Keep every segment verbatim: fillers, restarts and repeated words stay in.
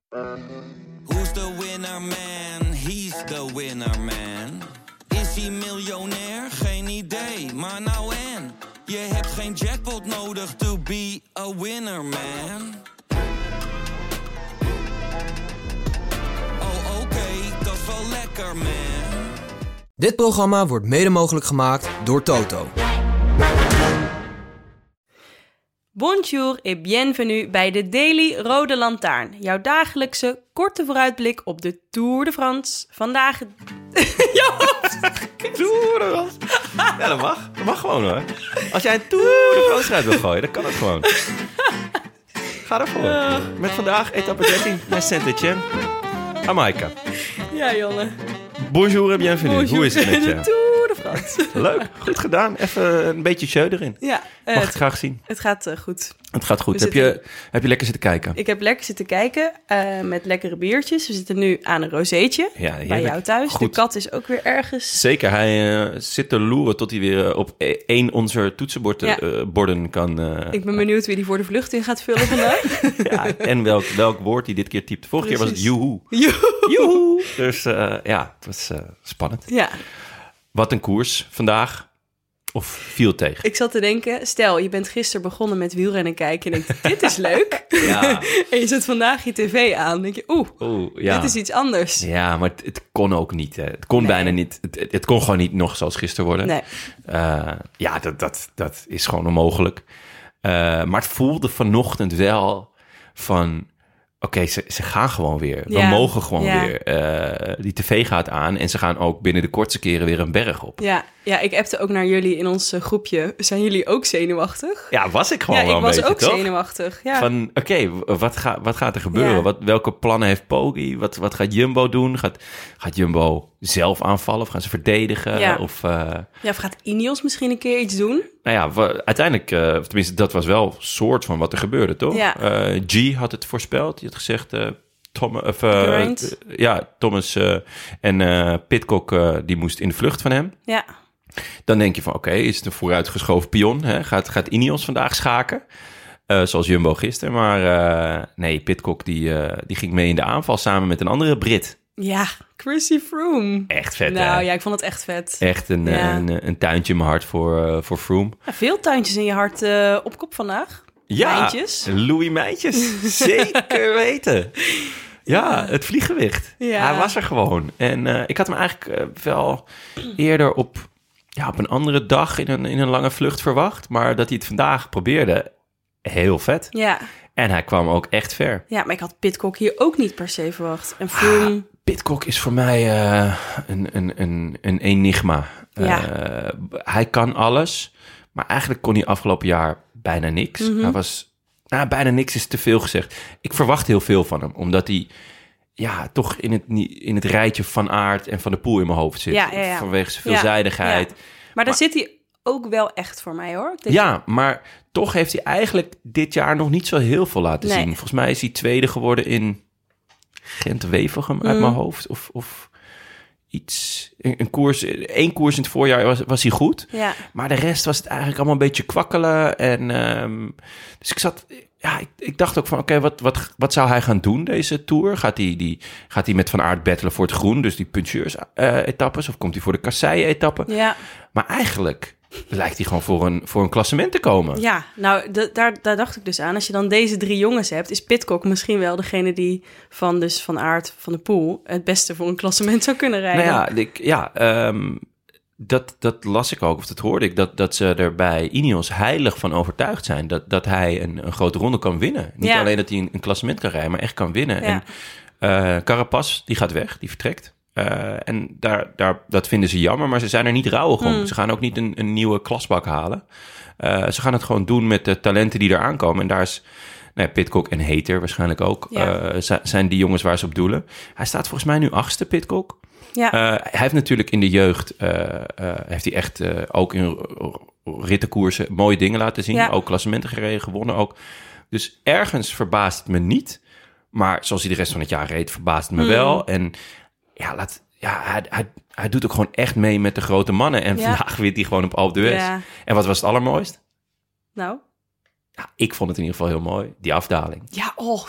Who's the winner man? He's the winner man. Is hij miljonair? Geen idee, maar nou en. Je hebt geen jackpot nodig to be a winner man. Oh oké, okay, dat is wel lekker man. Dit programma wordt mede mogelijk gemaakt door Toto. Bonjour et bienvenue bij de Daily Rode Lantaarn. Jouw dagelijkse korte vooruitblik op de Tour de France. Vandaag... ja, Tour de France. Ja, dat mag. Dat mag gewoon hoor. Als jij een Tour de France uit wil gooien, dan kan het gewoon. Ga er gewoon. Met vandaag etappe dertien naar Saint-Etienne. Jamaica. Ja, jongen. Bonjour et bienvenue. Bonjour. Hoe is het met je? De Tour de France. Leuk, goed gedaan. Even een beetje show erin. Ja, uh, Mag het, ik graag zien. het gaat uh, goed. Het gaat goed. We Heb zitten- je, heb je lekker zitten kijken? Ik heb lekker zitten kijken uh, met lekkere biertjes. We zitten nu aan een rozeetje Ja, bij heerlijk. jou thuis. Goed. De kat is ook weer ergens. Zeker, hij uh, zit te loeren tot hij weer uh, op e- één onze toetsenborden Ja. uh, borden kan... Uh, Ik ben benieuwd wie die voor de vlucht in gaat vullen vandaag. ja, en welk, welk woord hij dit keer typt. Vorige keer was het Precies. joehoe. Joehoe. Joehoe! Dus uh, ja, het was uh, spannend. Ja, Wat een koers vandaag. Of viel tegen? ik zat te denken, stel je bent gisteren begonnen met wielrennen kijken en denkt, dit is leuk. Ja. En je zet vandaag je tv aan en denk je, oeh, Oeh, ja. dit is iets anders. Ja, maar het, het kon ook niet. Hè. Het kon Nee. bijna niet. Het, het, het kon gewoon niet nog zoals gisteren worden. Nee. Uh, ja, dat, dat, dat is gewoon onmogelijk. Uh, maar het voelde vanochtend wel van... Oké, ze, ze gaan gewoon weer. We Ja. mogen gewoon Ja. weer. Uh, die tv gaat aan en ze gaan ook binnen de kortste keren weer een berg op. Ja, ja, ik appte ook naar jullie in ons uh, groepje. Zijn jullie ook zenuwachtig? Ja, was ik gewoon ja, wel ik een was beetje, ook toch? zenuwachtig. Ja. Van, oké, w- wat, ga, wat gaat er gebeuren? Ja. Wat, welke plannen heeft Poggi? Wat, wat gaat Jumbo doen? Gaat, gaat Jumbo zelf aanvallen of gaan ze verdedigen? Ja. Of, uh, Ja, of gaat Ineos misschien een keer iets doen? nou ja, wa- uiteindelijk, uh, of tenminste, dat was wel soort van wat er gebeurde, toch? Ja. Uh, G had het voorspeld. Die had gezegd, uh, Tom, of, uh, Geraint. uh, ja, Thomas uh, en uh, Pidcock, uh, die moest in de vlucht van hem. Ja, Dan denk je van, oké, is het een vooruitgeschoven pion? Hè? Gaat, gaat Ineos vandaag schaken? Uh, zoals Jumbo gisteren. Maar uh, nee, Pidcock die, uh, die ging mee in de aanval samen met een andere Brit. ja, Chrissy Froome. Echt vet, Nou hè? ja, ik vond het echt vet. Echt een, Ja. een, een tuintje in mijn hart voor, uh, voor Froome. Ja, veel tuintjes in je hart uh, op kop vandaag. Ja, Mijntjes. Louis Mijntjes. Zeker weten. Ja, het vlieggewicht. Ja. Hij was er gewoon. En uh, ik had hem eigenlijk uh, wel eerder op, ja, op een andere dag in een, in een lange vlucht verwacht. Maar dat hij het vandaag probeerde, heel vet. Ja. En hij kwam ook echt ver. ja, maar ik had Pidcock hier ook niet per se verwacht. En Froome... Ah, Pidcock is voor mij uh, een, een, een, een enigma. Ja. Uh, hij kan alles, maar eigenlijk kon hij afgelopen jaar bijna niks. Mhm. Hij was, nou, bijna niks is te veel gezegd. Ik verwacht heel veel van hem, omdat hij ja, toch in het, in het rijtje van Aert en Van der Poel in mijn hoofd zit. Ja, ja, ja. Vanwege zijn veelzijdigheid. Ja. Maar daar Maar- zit hij ook wel echt voor mij, hoor. Ik denk- Ja, maar toch heeft hij eigenlijk dit jaar nog niet zo heel veel laten Nee. zien. Volgens mij is hij tweede geworden in Gent-Wevelgem uit Mm. mijn hoofd. Of, of iets, een, een koers, één koers in het voorjaar was, was hij goed. Ja. Maar de rest was het eigenlijk allemaal een beetje kwakkelen. En, um, dus ik zat, ja, ik, ik dacht ook van, oké, okay, wat, wat, wat zou hij gaan doen deze Tour? Gaat hij, die, gaat hij met Van Aert battelen voor het groen, dus die puncheurs-etappes? of komt hij voor de kasseien-etappe? Ja. Maar eigenlijk lijkt hij gewoon voor een, voor een klassement te komen. Ja, nou, d- daar, daar dacht ik dus aan. Als je dan deze drie jongens hebt, is Pidcock misschien wel degene die van, dus van Aert, Van der Poel, het beste voor een klassement zou kunnen rijden. Nou ja, ik, ja um, dat, dat las ik ook, of dat hoorde ik, dat, dat ze er bij Ineos heilig van overtuigd zijn dat, dat hij een, een grote ronde kan winnen. Niet Ja. alleen dat hij een, een klassement kan rijden, maar echt kan winnen. Ja. En uh, Carapaz, die gaat weg, die vertrekt. Uh, en daar, daar, dat vinden ze jammer, maar ze zijn er niet rouwig om. Hmm. Ze gaan ook niet een, een nieuwe klasbak halen. Uh, ze gaan het gewoon doen met de talenten die er aankomen. En daar is nou ja, Pidcock en Hater waarschijnlijk ook. Ja. Uh, z- zijn die jongens waar ze op doelen. Hij staat volgens mij nu achtste, Pidcock. Ja. Uh, hij heeft natuurlijk in de jeugd, uh, uh, heeft hij echt uh, ook in rittenkoersen mooie dingen laten zien. Ja. Ook klassementen gereden, gewonnen ook. Dus ergens verbaast het me niet. Maar zoals hij de rest van het jaar reed, verbaast het me Mm. wel. En ja, laat, ja hij, hij, hij doet ook gewoon echt mee met de grote mannen. En Ja. vandaag wint hij gewoon op Alpe d'Huez. Ja. En wat was het allermooist? Nou, Ja, ik vond het in ieder geval heel mooi, die afdaling. ja, oh.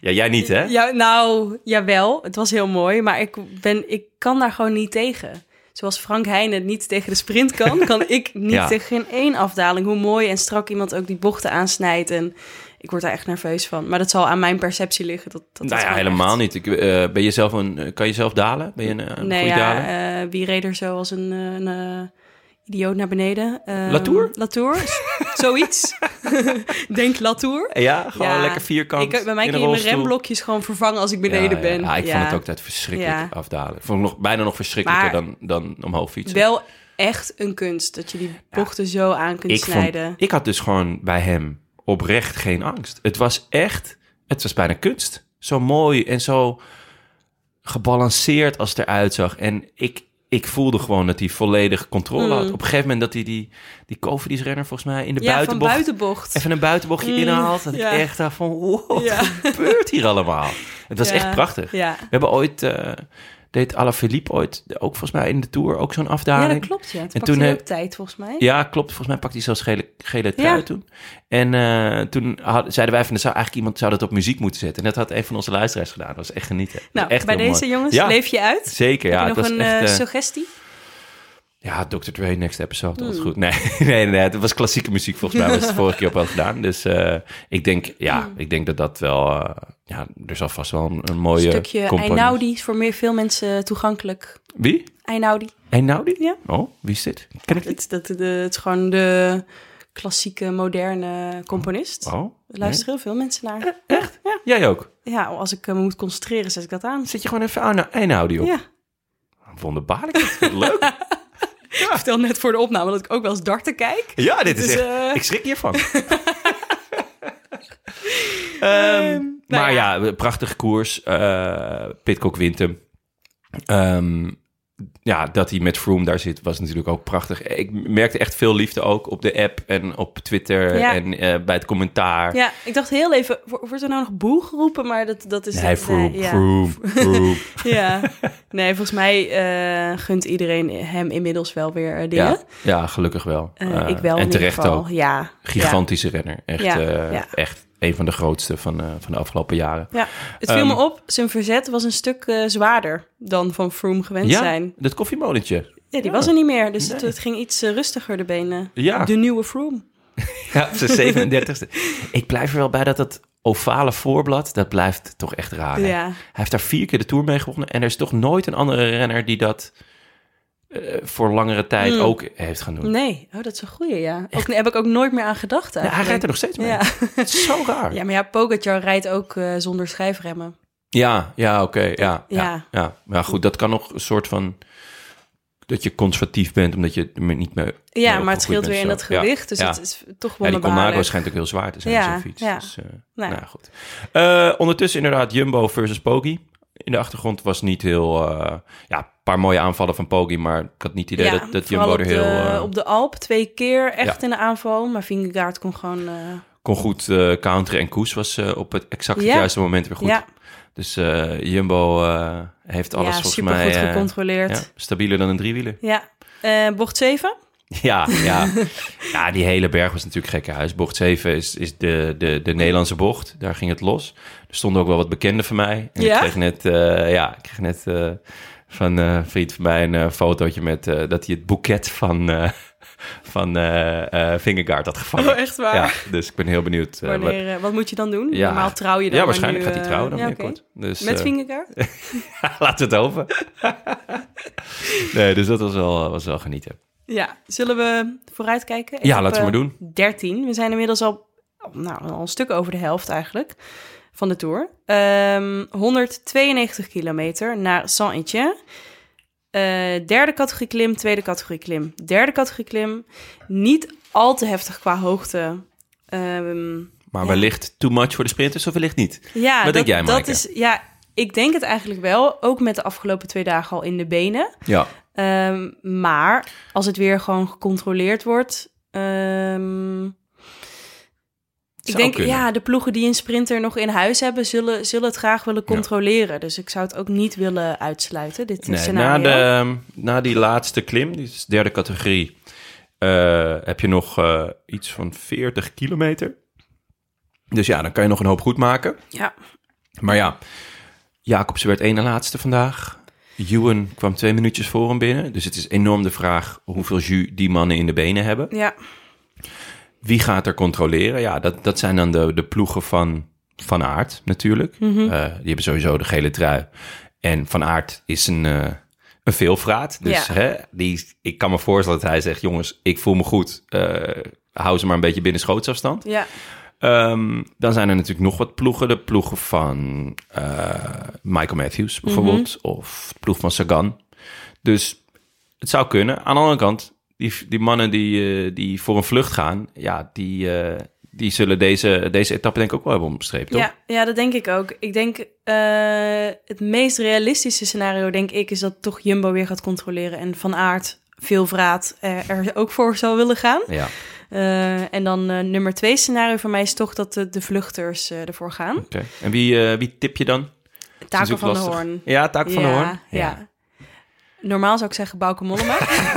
Ja, jij niet, hè? Ja, nou, jawel. Het was heel mooi, maar ik, ben, ik kan daar gewoon niet tegen. Zoals Frank Heijnen niet tegen de sprint kan, kan ik niet Ja. tegen geen één afdaling. Hoe mooi en strak iemand ook die bochten aansnijdt. En ik word daar echt nerveus van. Maar dat zal aan mijn perceptie liggen. Dat, dat Nou is ja, gewoon helemaal echt... niet. Ik, uh, ben je zelf een, kan je zelf dalen? Ben je een, een Nee, goede ja, daler? uh, wie reed er zo als een, een, een idioot naar beneden? Uh, Latour? Latour, zoiets. Denk Latour. Ja, gewoon Ja, lekker vierkant Ik, bij mij in kun een je mijn rolstoel. remblokjes gewoon vervangen als ik beneden ja, ja, ben. Ja, ik ja. vond het ook altijd verschrikkelijk Ja. afdalen. Ik vond het nog, bijna nog verschrikkelijker Maar dan, dan omhoog fietsen. Wel echt een kunst, dat je die bochten zo aan kunt ik, snijden. vond, ik had dus gewoon bij hem oprecht geen angst. Het was echt, het was bijna kunst. Zo mooi en zo gebalanceerd als het eruit zag. En ik, ik voelde gewoon dat hij volledig controle Mm. had. Op een gegeven moment dat hij die, die Cofidis-renner volgens mij in de ja, buitenbocht... van buitenbocht. even een buitenbochtje Mm, inhaalt. Dat ja. ik echt dacht van, wow, Ja. wat gebeurt hier allemaal? Het was Ja, echt prachtig. Ja. We hebben ooit, uh, deed Alaphilippe ooit, ook volgens mij in de Tour, ook zo'n ja, afdaling. dat klopt. Ja. Toen En pakte toen hij he- ook tijd, volgens mij. Ja, klopt. Volgens mij pakte hij zelfs gele, gele trui Ja. toen. En uh, toen had, zeiden wij van, er zou eigenlijk iemand zou dat op muziek moeten zetten. En dat had een van onze luisteraars gedaan. Dat was echt genieten. Dat was Nou, echt bij heel deze mooi. jongens, Ja, leef je uit? zeker. Ja, Heb het je nog was een echt... uh, uh, suggestie? Ja, dokter Dre, next episode, dat was Hmm. goed. Nee, nee, nee, nee, het was klassieke muziek volgens mij. Was het vorige keer ook al gedaan. Dus uh, ik denk, ja, Hmm. ik denk dat dat wel... Uh, ja, er zal vast wel een, een mooie... Een stukje component- Einaudi is voor meer, veel mensen toegankelijk. Wie? Einaudi. Einaudi? Ja. Oh, wie is dit? Ken ik niet. Het, dat, de, het is gewoon de klassieke, moderne componist. Oh, Er nee. luisteren heel veel mensen naar. Echt? Ja. Jij ook? Ja, als ik uh, me moet concentreren, zet ik dat aan. Zet je gewoon even aan Einaudi op? Ja. Wonderbaarlijk. Leuk. Ik vertel net voor de opname dat ik ook wel eens darten kijk. Ja, dit is Dus, echt... uh, Ik schrik hiervan. um, nou maar ja. ja, prachtige koers. Uh, Pidcock wint hem. Um, ja, dat hij met Froome daar zit, was natuurlijk ook prachtig. Ik merkte echt veel liefde ook op de app en op Twitter Ja. en uh, bij het commentaar. Ja, ik dacht heel even, wo- wordt er nou nog boe geroepen? Maar dat, dat is... Nee, het, Froome, nee, ja. Froome, Froome. Ja, nee, volgens mij uh, gunt iedereen hem inmiddels wel weer uh, dingen. Ja, ja, gelukkig wel. Uh, Uh, ik wel en in terecht ieder geval. ook. Ja, Gigantische renner. Echt, Ja, uh, ja. echt een van de grootste van, uh, van de afgelopen jaren. ja. Het viel Um, me op, zijn verzet was een stuk uh, zwaarder dan van Froome gewend Ja, zijn. dat koffiemolentje. Ja, die Ja. was er niet meer, dus het, Nee. het ging iets uh, rustiger de benen. Ja. De nieuwe Froome. Ja, op zijn zevenendertigste. Ik blijf er wel bij dat het ovale voorblad, dat blijft toch echt raar. Hè? Ja. Hij heeft daar vier keer de Tour mee gewonnen. En er is toch nooit een andere renner die dat uh, voor langere tijd Mm. ook heeft gaan doen. Nee, oh, dat is een goeie, ja. Ook, daar heb ik ook nooit meer aan gedacht Ja, hij eigenlijk. rijdt er nog steeds mee. Ja. Het is zo raar. Ja, maar ja, Pogacar rijdt ook uh, zonder schijfremmen. Ja, ja, oké. Okay, ja, ja. Ja. Ja. Maar goed, dat kan nog een soort van... dat je conservatief bent, omdat je er niet meer... Ja, mee maar het scheelt opgegroeid weer in bent dat zo. Ja. gewicht, dus Ja. het is toch Ja, die wonderbaarlijk. Colnago schijnt ook heel zwaar te zijn, Ja, zo'n fiets. ja. Dus, uh, Nou. nou ja, goed. Uh, ondertussen inderdaad Jumbo versus Poggi. In de achtergrond was niet heel... Uh, ja, een paar mooie aanvallen van Poggi, maar ik had niet het idee Ja, dat, dat vooral Jumbo er op heel... de, uh, op de Alp twee keer echt Ja. in de aanval, maar Vingegaard kon gewoon... Uh, kon goed uh, counteren en Koes was uh, op het exact het Ja. juiste moment weer goed. Ja, Dus uh, Jumbo uh, heeft alles ja volgens super mij... goed uh, gecontroleerd. ja, stabieler dan een driewieler. Ja, Uh, bocht zeven? Ja, ja. ja, die hele berg was natuurlijk gekkenhuis. Bocht zeven is, is de, de, de Nederlandse bocht. Daar ging het los. Er stonden ook wel wat bekenden van mij. En Ja? ik kreeg net, uh, ja, ik kreeg net uh, van uh, een vriend van mij een uh, fotootje met uh, dat hij het boeket van, uh, van uh, uh, Vingegaard had gevangen. Oh, echt waar? Ja, dus ik ben heel benieuwd. Uh, Wanneer, wat, uh, wat moet je dan doen? Ja. Normaal trouw je dan. ja, maar waarschijnlijk nu, gaat hij trouwen dan uh, ja, binnenkort. oké. Dus, Met uh, Vingegaard? laten we het over. Nee, dus dat was wel, was wel genieten. Ja, zullen we vooruitkijken? Ja, Etappe laten we maar doen. dertien. We zijn inmiddels al, nou, al een stuk over de helft eigenlijk van de Tour. Um, honderdtweeënnegentig kilometer naar Saint-Étienne. Uh, derde categorie klim, tweede categorie klim. Derde categorie klim, niet al te heftig qua hoogte. Um, Maar ja. wellicht too much voor de sprinters of wellicht niet? Ja, Wat dat, denk jij, dat Maaike? is, ja, ik denk het eigenlijk wel. Ook met de afgelopen twee dagen al in de benen. Ja. Um, maar als het weer gewoon gecontroleerd wordt... Um, ik Zou denk, kunnen. ja, de ploegen die een sprinter nog in huis hebben... zullen, zullen het graag willen controleren. Dus ik zou het ook niet willen uitsluiten, dit Nee, na, scenario. de, na die laatste klim, die is derde categorie... Uh, heb je nog uh, iets van veertig kilometer. Dus ja, dan kan je nog een hoop goed maken. Ja. Maar ja, Jacobsen werd één na laatste vandaag. Ewan kwam twee minuutjes voor hem binnen. Dus het is enorm de vraag hoeveel jus die mannen in de benen hebben. Ja. Wie gaat er controleren? Ja, dat, dat zijn dan de, de ploegen van Van Aert natuurlijk. Mm-hmm. Uh, die hebben sowieso de gele trui. En Van Aert is een, uh, een veelvraat. Dus ja. hè, die, ik kan me voorstellen dat hij zegt... jongens, ik voel me goed. Uh, hou ze maar een beetje binnen schootsafstand. Ja. Um, dan zijn er natuurlijk nog wat ploegen. De ploegen van uh, Michael Matthews bijvoorbeeld. Mm-hmm. Of de ploeg van Sagan. Dus het zou kunnen. Aan de andere kant, die, die mannen die, uh, die voor een vlucht gaan... ja, die, uh, die zullen deze, deze etappe denk ik ook wel hebben omstreept, toch? Ja, ja, dat denk ik ook. Ik denk uh, het meest realistische scenario, denk ik... is dat toch Jumbo weer gaat controleren... en Van Aert, veel vraat, uh, er ook voor zou willen gaan. Ja. Uh, en dan uh, nummer twee scenario voor mij is toch dat de, de vluchters uh, ervoor gaan. Okay. En wie, uh, wie tip je dan? Taco van lastig. de Hoorn. Ja, Taco ja, van de Hoorn. Ja. ja. Normaal zou ik zeggen Bauke Mollema.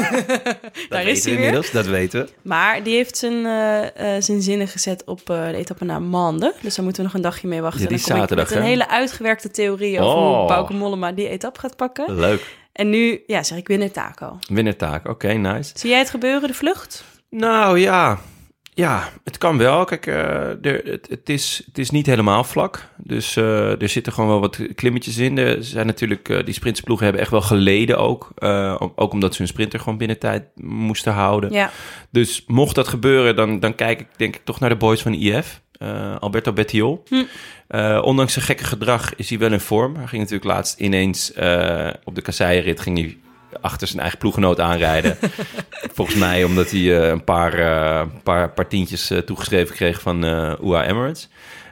Daar is hij inmiddels, dat weten we. Maar die heeft zijn, uh, uh, zijn zinnen gezet op uh, de etappe naar Mande. Dus daar moeten we nog een dagje mee wachten. Ja, die en dan kom zaterdag, ik met een hele uitgewerkte theorie over oh. hoe Bauke Mollema die etappe gaat pakken. Leuk. En nu, ja, zeg ik winnaar Taco. Winnaar Taco, oké, okay, nice. Zie jij het gebeuren, de vlucht? Nou ja, ja, het kan wel. Kijk, uh, er, het, het, is, het is niet helemaal vlak. Dus uh, er zitten gewoon wel wat klimmetjes in. Er zijn natuurlijk, uh, die sprintsploegen hebben echt wel geleden ook. Uh, ook omdat ze hun sprinter gewoon binnen tijd moesten houden. Ja. Dus mocht dat gebeuren, dan, dan kijk ik denk ik toch naar de boys van de I F. Uh, Alberto Bettiol. Hm. Uh, ondanks zijn gekke gedrag is hij wel in vorm. Hij ging natuurlijk laatst ineens uh, op de kasseienrit ging hij achter zijn eigen ploeggenoot aanrijden. Volgens mij omdat hij uh, een paar, uh, paar, paar tientjes uh, toegeschreven kreeg van uh, U A E Emirates.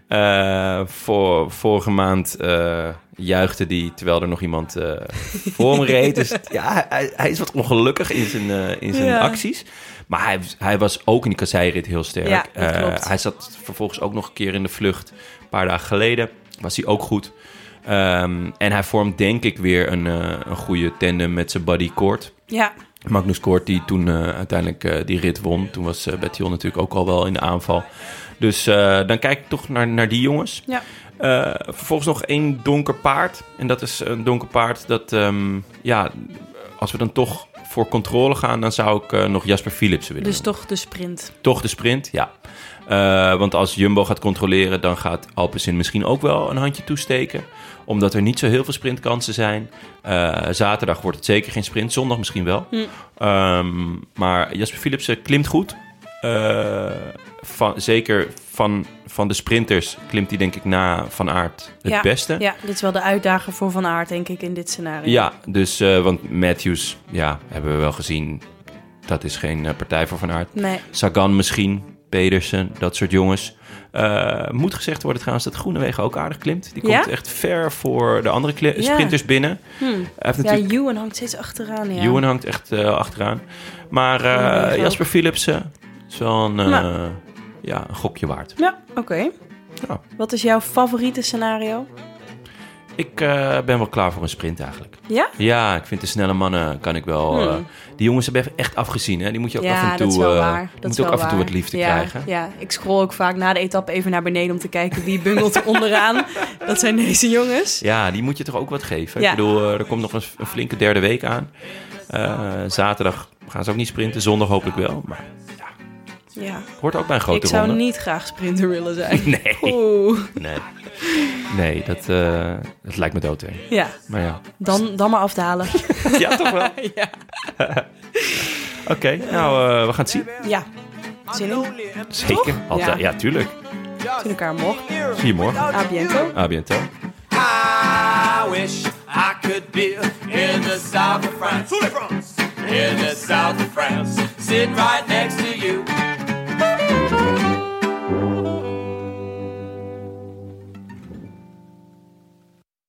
Uh, voor, vorige maand uh, juichte hij terwijl er nog iemand uh, voor hem reed. Dus ja, hij, hij is wat ongelukkig in zijn, uh, in zijn ja. acties. Maar hij, hij was ook in die kasseienrit heel sterk. Ja, dat klopt. Uh, hij zat vervolgens ook nog een keer in de vlucht. Een paar dagen geleden was hij ook goed. Um, en hij vormt denk ik weer een, uh, een goede tandem met zijn buddy Kort. Ja. Magnus Kort die toen uh, uiteindelijk uh, die rit won. Toen was uh, Bettiol natuurlijk ook al wel in de aanval. Dus uh, dan kijk ik toch naar, naar die jongens. Ja. Uh, vervolgens nog één donker paard. En dat is een donker paard dat, um, ja, als we dan toch voor controle gaan, dan zou ik uh, nog Jasper Philipsen willen Dus doen. toch de sprint. Toch de sprint, ja. Uh, want als Jumbo gaat controleren, dan gaat Alpecin misschien ook wel een handje toesteken. Omdat er niet zo heel veel sprintkansen zijn. Uh, zaterdag wordt het zeker geen sprint, zondag misschien wel. Hm. Um, maar Jasper Philipsen klimt goed. Uh, van, zeker van, van de sprinters klimt hij denk ik na Van Aert het ja, beste. Ja, dit is wel de uitdager voor Van Aert denk ik in dit scenario. Ja, dus uh, want Matthews, ja, hebben we wel gezien. Dat is geen uh, partij voor Van Aert. Nee. Sagan misschien. Pedersen, dat soort jongens. Uh, moet gezegd worden trouwens dat Groenewegen ook aardig klimt. Die komt ja? echt ver voor de andere kli- sprinters ja. binnen. Hmm. Hij heeft ja, Ewan hangt steeds achteraan. Ja. Ewan hangt echt uh, achteraan. Maar uh, Jasper Philipsen is wel een, uh, nou. ja, een gokje waard. Ja, oké. Okay. Ja. Wat is jouw favoriete scenario? Ik uh, ben wel klaar voor een sprint eigenlijk. Ja? Ja, ik vind de snelle mannen kan ik wel... Hmm. Uh, die jongens hebben even echt afgezien. Hè? Die moet je ook ja, af en toe... dat is wel waar. Uh, dat moet ook af en toe waar. wat liefde ja, krijgen. Ja, ik scroll ook vaak na de etappe even naar beneden om te kijken wie bungelt er onderaan. Dat zijn deze jongens. Ja, die moet je toch ook wat geven. Ja. Ik bedoel, uh, er komt nog een, een flinke derde week aan. Uh, zaterdag gaan ze ook niet sprinten. Zondag hopelijk wel. Maar ja, ja. hoort ook bij een grote Ik zou ronde. niet graag sprinter willen zijn. Nee. Oeh. Nee. Nee, dat, uh, dat lijkt me doodeng. Ja. Maar ja. Dan, dan maar afdalen. Ja, toch wel? Ja. Oké, okay, nou, uh, we gaan het zien. Ja. Zin in? Zeker. Altijd. Ja. ja, tuurlijk. Zien elkaar morgen. Zie je morgen. A biento. A biento. I wish I could be in the south of France. In the south of France. Sitting right next to you.